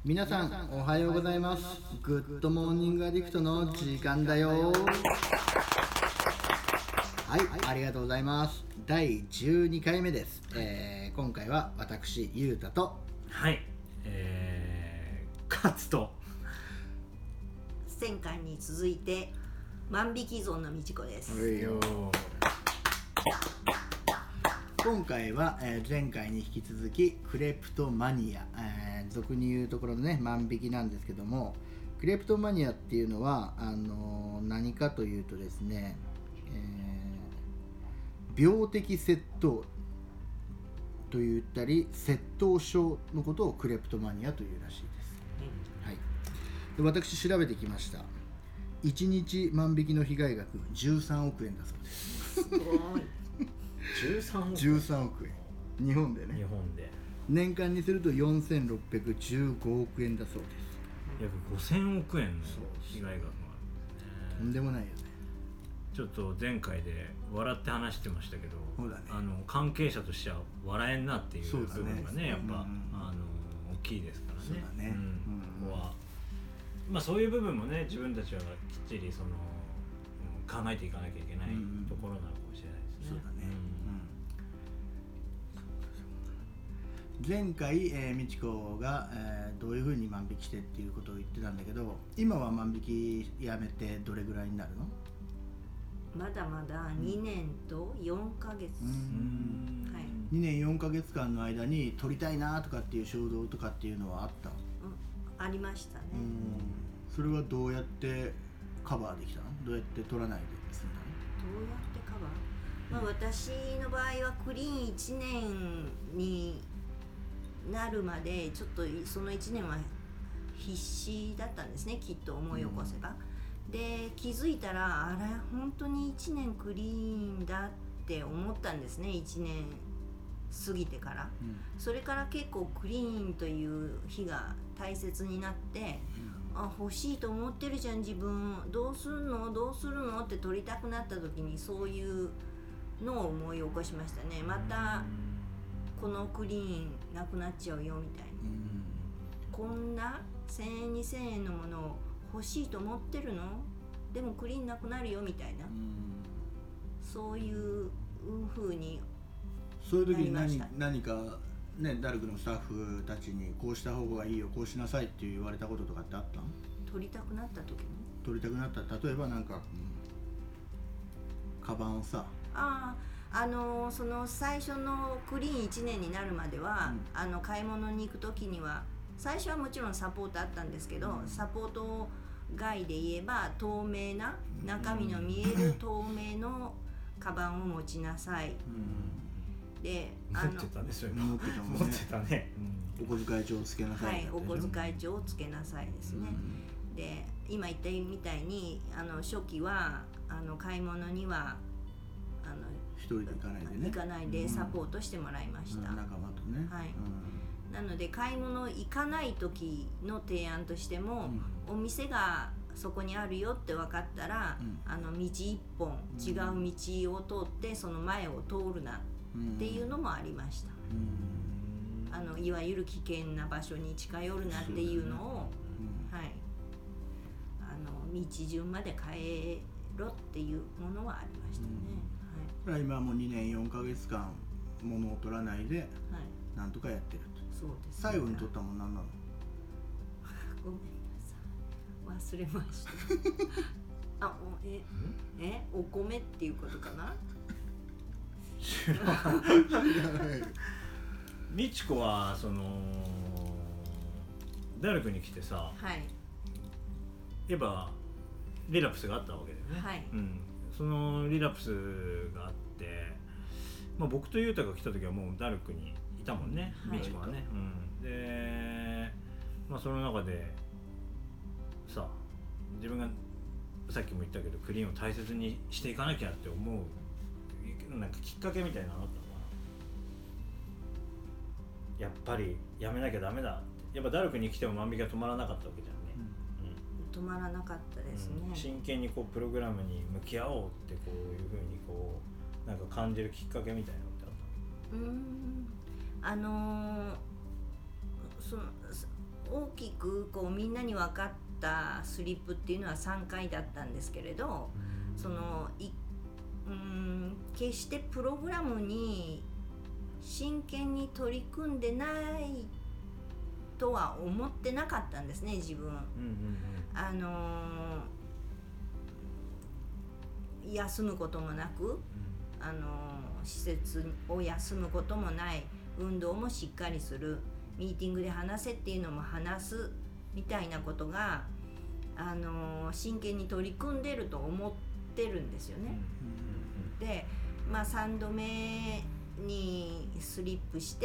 皆さんおはようございます。グッドモーニングアディクトの時間だよ。はい、ありがとうございます。第12回目です。今回は私ゆうたと、 はい、勝と前回に続いて万引きゾーンのみちこです。 今回は、前回に引き続きクレプトマニア、俗に言うところのね万引きなんですけども、クレプトマニアっていうのは何かというとですね、病的窃盗と言ったり窃盗症のことをクレプトマニアというらしいです、はい、で私調べてきました。1日万引きの被害額13億円だそうです。 すごい 13億円、日本でね。 日本で年間にすると4615億円だそうです。 約5000億円の被害額がある、 とんでもないよね。 ちょっと前回で笑って話してましたけど、 そうだね、 関係者としては笑えんなっていう部分がね、やっぱ、 大きいですからね。 そうだね、 ここはまあそういう部分もね、自分たちはきっちり考えていかなきゃいけないところなのかもしれないですね。 そうだね、前回、みちこが、どういうふうに万引きしてっていうことを言ってたんだけど、今は万引きやめてどれぐらいになるの？ まだまだ2年と4ヶ月、はい、 2年4ヶ月間の間に取りたいなとかっていう衝動とかっていうのはあったの？ ありましたね。 それはどうやってカバーできたの？どうやって取らないで済んだの？ どうやってカバー、私の場合はクリーン1年になるまでちょっとその1年は必死だったんですね、きっと思い起こせば、で気づいたらあれ本当に1年クリーンだって思ったんですね。1年過ぎてから、それから結構クリーンという日が大切になって、あ、欲しいと思ってるじゃん自分、どうするのって取りたくなった時にそういうのを思い起こしましたね。またこのクリーンなくなっちゃうよみたいな、こんな1000円2000円のものを欲しいと思ってるの、でもクリーンなくなるよみたいな、そういう風にそういう時に何かね、ダルクのスタッフたちにこうした方がいいよ、こうしなさいって言われたこととかってあったの？ 取りたくなった時に取りたくなった、例えばなんか、カバンをさ、 その最初のクリーン1年になるまでは、買い物に行く時には最初はもちろんサポートあったんですけど、サポート外で言えば透明な中身の見える透明のカバンを持ちなさい、で持ってたね、それも持ってたもんね。 持ってたね、 お小遣い帳をつけなさい、 はい、お小遣い帳をつけなさいですね、で今言ったみたいに初期は買い物には一人で行かないでサポートしてもらいました、 仲間とね、 はい、なので買い物行かない時の提案としても、お店がそこにあるよって分かったら、道一本違う道を通ってその前を通るなっていうのもありました、いわゆる危険な場所に近寄るなっていうのを、はい、道順まで変えろっていうものはありましたね、 今はもう2年4ヶ月間物を取らないでなんとかやってると。 そうです、 最後に取ったもん何なの？ ごめんなさい、忘れましたお米っていうことかな。 みちこはダルクに来てさ、やっぱリラプスがあったわけだよね、そのリラプスがあって、僕とユータが来た時はもうダルクにいたもんね、みちこはね、で、その中でさ、自分がさっきも言ったけどクリーンを大切にしていかなきゃって思うなんかきっかけみたいなのあったのかな。やっぱりやめなきゃダメだ、やっぱダルクに来ても万引きが止まらなかったわけじゃんね、 止まらなかったですね、 真剣にプログラムに向き合おうってこういう風になんか感じるきっかけみたいなのってあったの？ 大きくこうみんなに分かったスリップっていうのは3回だったんですけれど、その決してプログラムに真剣に取り組んでないとは思ってなかったんですね、自分。休むこともなく、施設を休むこともない、運動もしっかりする、ミーティングで話せっていうのも話すみたいなことが、真剣に取り組んでると思ってるんですよね。で、3度目にスリップして、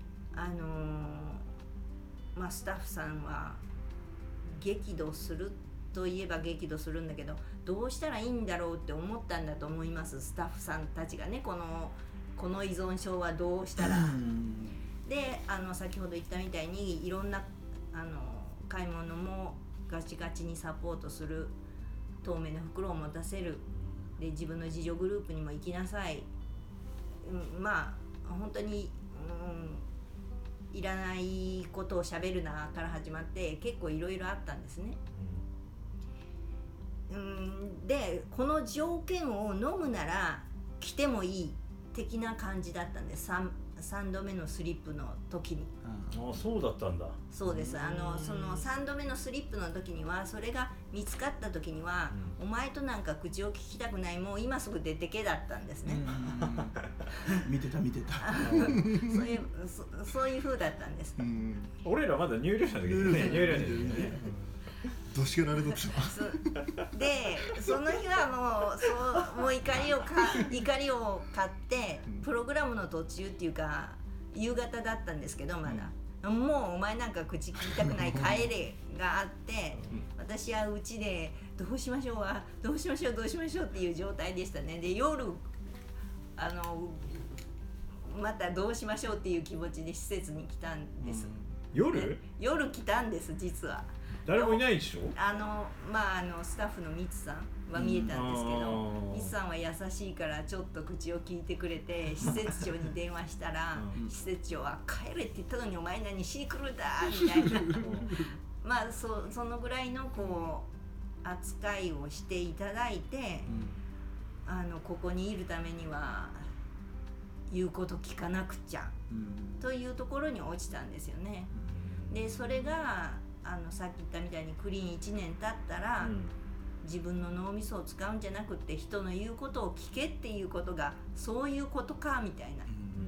スタッフさんは激怒するといえば激怒するんだけど、どうしたらいいんだろうって思ったんだと思います、スタッフさんたちがね。この依存症はどうしたらで、先ほど言ったみたいにいろんな買い物もガチガチにサポートする、透明な袋を持たせる、で自分の自助グループにも行きなさい、本当に、いらないことをしゃべるなから始まって結構いろいろあったんですね。でこの条件を飲むなら来てもいい的な感じだったんです、3度目のスリップの時に。 そうだったんだ。 そうです。その3度目のスリップの時には、それが見つかった時には、お前となんか口を聞きたくない、もう今すぐ出てけだったんですね。 見てたそういう風だったんです。 俺らまだ入寮者の時ね、入寮者ですね。 どしかられとったで、その日はもう怒りを買って、プログラムの途中っていうか夕方だったんですけど、まだ、もうお前なんか口聞きたくない、帰れがあって、私はうちでどうしましょうっていう状態でしたね。で、夜またどうしましょうっていう気持ちで施設に来たんです。夜来たんです、実は。 誰もいないでしょ。 スタッフのミツさんは見えたんですけど、ミツさんは優しいからちょっと口を聞いてくれて、施設長に電話したら、施設長は帰れって言ったのにお前何しに来るんだみたいなそのぐらいの扱いをしていただいて、ここにいるためには言うこと聞かなくちゃ、というところに落ちたんですよね。でそれがさっき言ったみたいにクリーン1年経ったら、自分の脳みそを使うんじゃなくて人の言うことを聞けっていうことがそういうことかみたいな。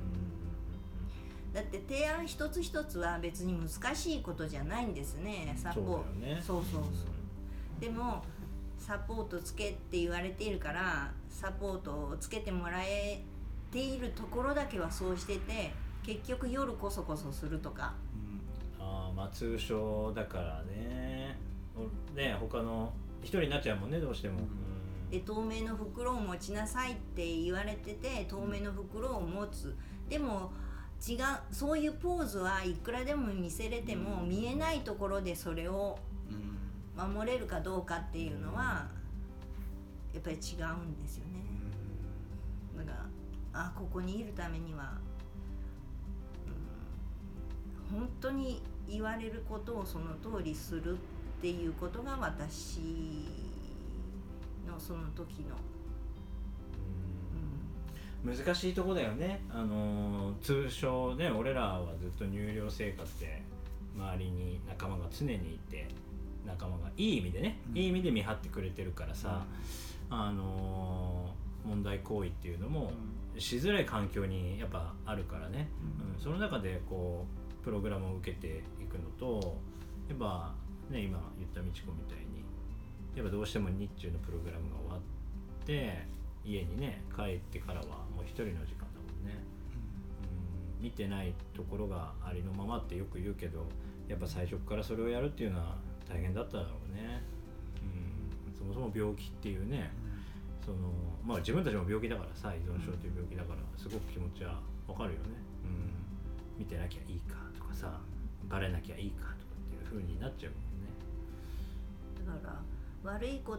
だって提案一つ一つは別に難しいことじゃないんですね。サポート、そうでもサポートつけって言われているから、サポートをつけてもらえているところだけはそうしてて、結局夜こそこそするとか、 通称だからね。他の一人になっちゃうもんね、どうしても。 で透明の袋を持ちなさいって言われてて、透明の袋を持つ。でも違う、そういうポーズはいくらでも見せれても、見えないところでそれを守れるかどうかっていうのはやっぱり違うんですよね。だからここにいるためには、本当に言われることをその通りするっていうことが私のその時の、 難しいとこだよね。通称ね、俺らはずっと入寮生活で周りに仲間が常にいて、仲間がいい意味でね、いい意味で見張ってくれてるからさ、問題行為っていうのもしづらい環境にやっぱあるからね、その中でプログラムを受けていくのと、やっぱね、今言ったみちこみたいにやっぱどうしても日中のプログラムが終わって家にね帰ってからはもう一人の時間だもんね。見てないところがありのままってよく言うけど、やっぱ最初からそれをやるっていうのは大変だっただろうね。そもそも病気っていうね、自分たちも病気だからさ、依存症という病気だからすごく気持ちはわかるよね。見てなきゃいいかとかさ、バレなきゃいいかとかっていう風になっちゃうもんね。 だから悪いこと、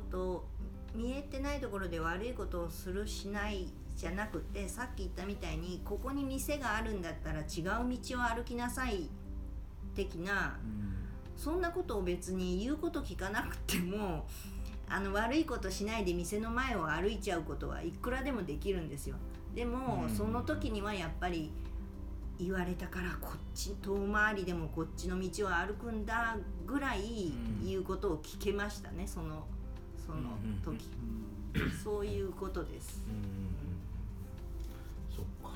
見えてないところで悪いことをするしないじゃなくて、さっき言ったみたいにここに店があるんだったら違う道を歩きなさいっ的な、そんなことを別に言うこと聞かなくても悪いことしないで店の前を歩いちゃうことはいくらでもできるんですよ。でも、その時にはやっぱり言われたからこっち遠回りでもこっちの道を歩くんだぐらい言うことを聞けましたね、その時、そういうことです。 そっか。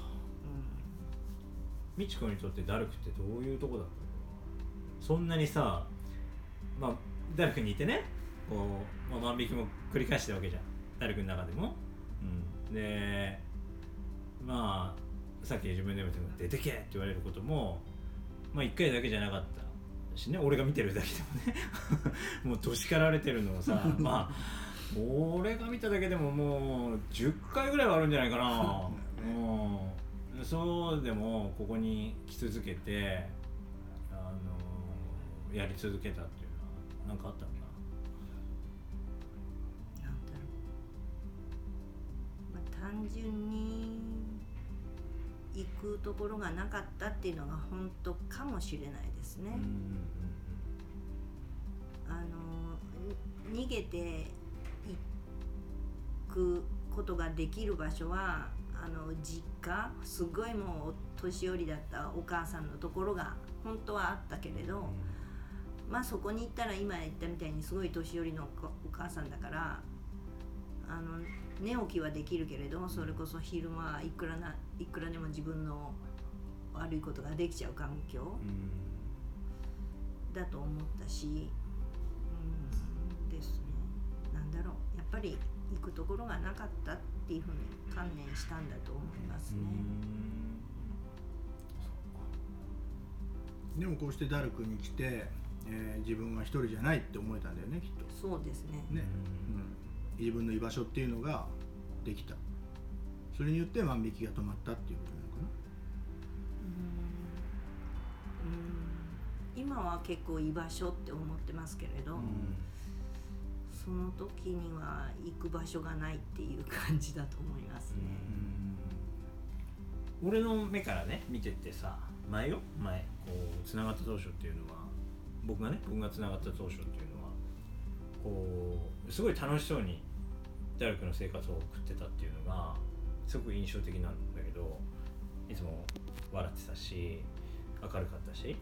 みちこにとってダルクってどういうとこだったの？そんなにさ、ダルクにいてね、こう、万引きも繰り返してるわけじゃん、ダルクの中でも。で、さっき自分でも出てけって言われることも1回だけじゃなかったしね、俺が見てるだけでもねもうどしかられてるのをさ俺が見ただけでももう10回ぐらいはあるんじゃないかなそうでもここに来続けてやり続けたっていうのは何かあったのかな。なんだろう、単純に行くところがなかったっていうのが本当かもしれないですね。逃げて行くことができる場所は実家、すごいもう年寄りだったお母さんのところが本当はあったけれど、そこに行ったら今言ったみたいにすごい年寄りのお母さんだから寝起きはできるけれど、それこそ昼間はいくらでも自分の悪いことができちゃう環境だと思ったし、ですね。なんだろう、やっぱり行くところがなかったっていうふうに観念したんだと思いますね。 でもこうしてダルクに来て、自分は一人じゃないって思えたんだよね、きっと。 そうですね。 自分の居場所っていうのができた。それによって万引きが止まったっていうことなのかな。今は結構居場所って思ってますけれど、その時には行く場所がないっていう感じだと思いますね。 俺の目からね見てってさ、前こうつながった当初っていうのは、僕がつながった当初っていうのはこうすごい楽しそうにダルクの生活を送ってたっていうのがすごく印象的なんだけど、いつも笑ってたし明るかったし、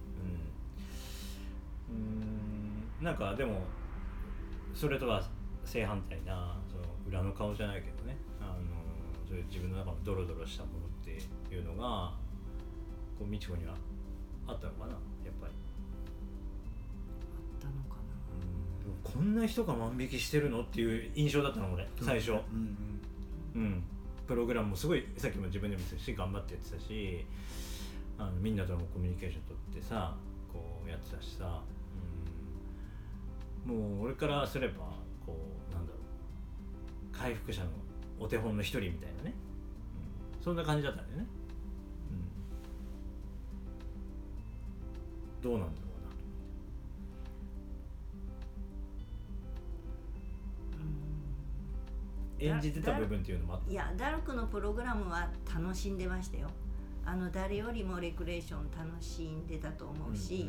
なんかでもそれとは正反対なその裏の顔じゃないけどね、そういう自分の中のドロドロしたものっていうのがこうみちこにはあったのかな、やっぱり。 あったのかな。 こんな人が万引きしてるのっていう印象だったの俺最初。プログラムもすごいさっきも自分でも言ってたし頑張ってやってたし、みんなとのコミュニケーション取ってさこうやってたしさ、もう俺からすればこうなんだろう、回復者のお手本の一人みたいなね、そんな感じだったんだよね。どうなんだろうな。演じてた部分っていうのもあった。 いや、ダルクのプログラムは楽しんでましたよ。誰よりもレクレーション楽しんでたと思うし、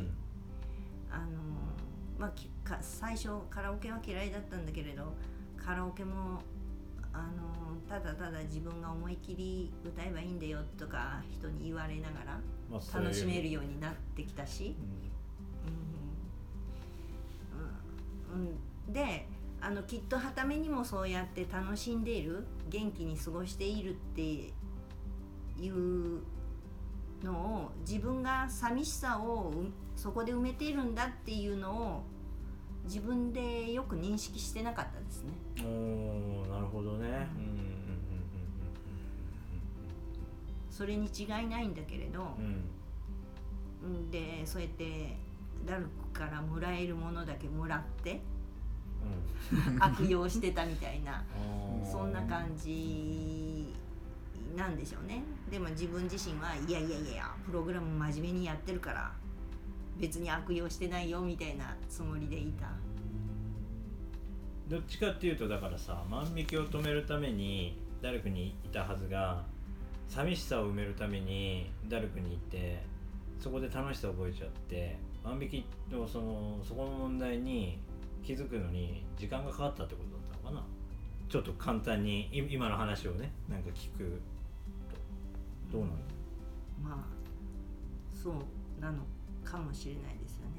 最初カラオケは嫌いだったんだけれど、カラオケもただただ自分が思い切り歌えばいいんだよとか人に言われながら楽しめるようになってきたし、できっとはためにもそうやって楽しんでいる、元気に過ごしているっていうのを、自分が寂しさをそこで埋めているんだっていうのを自分でよく認識してなかったですね。 なるほどね。 それに違いないんだけれど、でそうやってダルクからもらえるものだけもらって悪用してたみたいなそんな感じなんでしょうね。でも自分自身はいやプログラム真面目にやってるから別に悪用してないよみたいなつもりでいた。 どっちかっていうとだからさ、万引きを止めるためにダルクにいたはずが、寂しさを埋めるためにダルクにいて、そこで楽しさを覚えちゃって万引きのそこの問題に気づくのに時間がかかったってことだったのかな。ちょっと簡単に今の話をねなんか聞くとどうなの？ まあそうなのかもしれないですよね。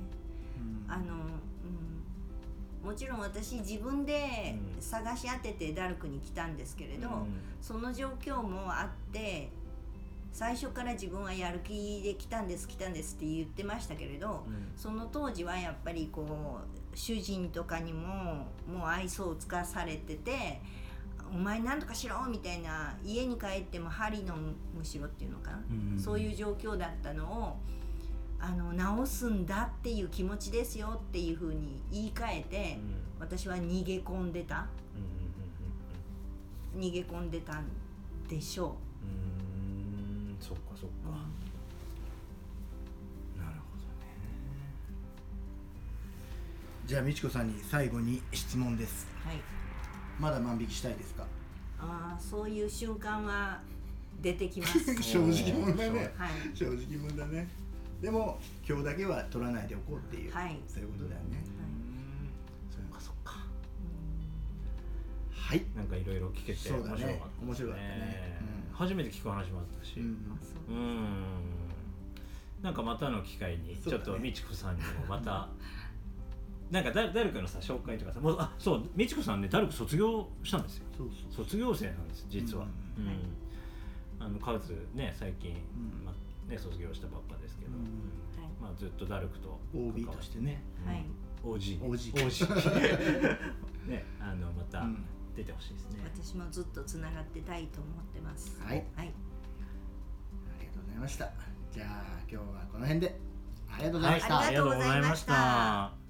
もちろん私自分で探し当ててダルクに来たんですけれど、その状況もあって最初から自分はやる気で来たんですって言ってましたけれど、その当時はやっぱりこう主人とかにももう愛想をつかされてて、お前なんとかしろみたいな、家に帰っても針のむしろっていうのかな、そういう状況だったのを直すんだっていう気持ちですよっていうふうに言い換えて、私は逃げ込んでたんでしょう。 そっかそっか、なるほどね。 じゃあ美智子さんに最後に質問です。 はい。 まだ万引きしたいですか？ そういう瞬間は出てきます正直者だね、 はい、 正直者だね。でも今日だけは取らないでおこうっていう、 はい、 そういうことだよね。そうかそうか。はい。 なんかいろいろ聞けて面白かったね。 面白かったね。 初めて聞く話もあったし、なんかまたの機会にちょっと美智子さんにもまたなんかダルクのさ紹介とかさ、もうそう美智子さんねダルク卒業したんですよ。卒業生なんです実は。カズね最近ね卒業したばっかですけど、まあずっとダルクと OB としてね、 OG ねまた出てほしいですね。 私もずっとつながってたいと思ってます。 はい、ありがとうございました。じゃあ今日はこの辺でありがとうございました。 ありがとうございました。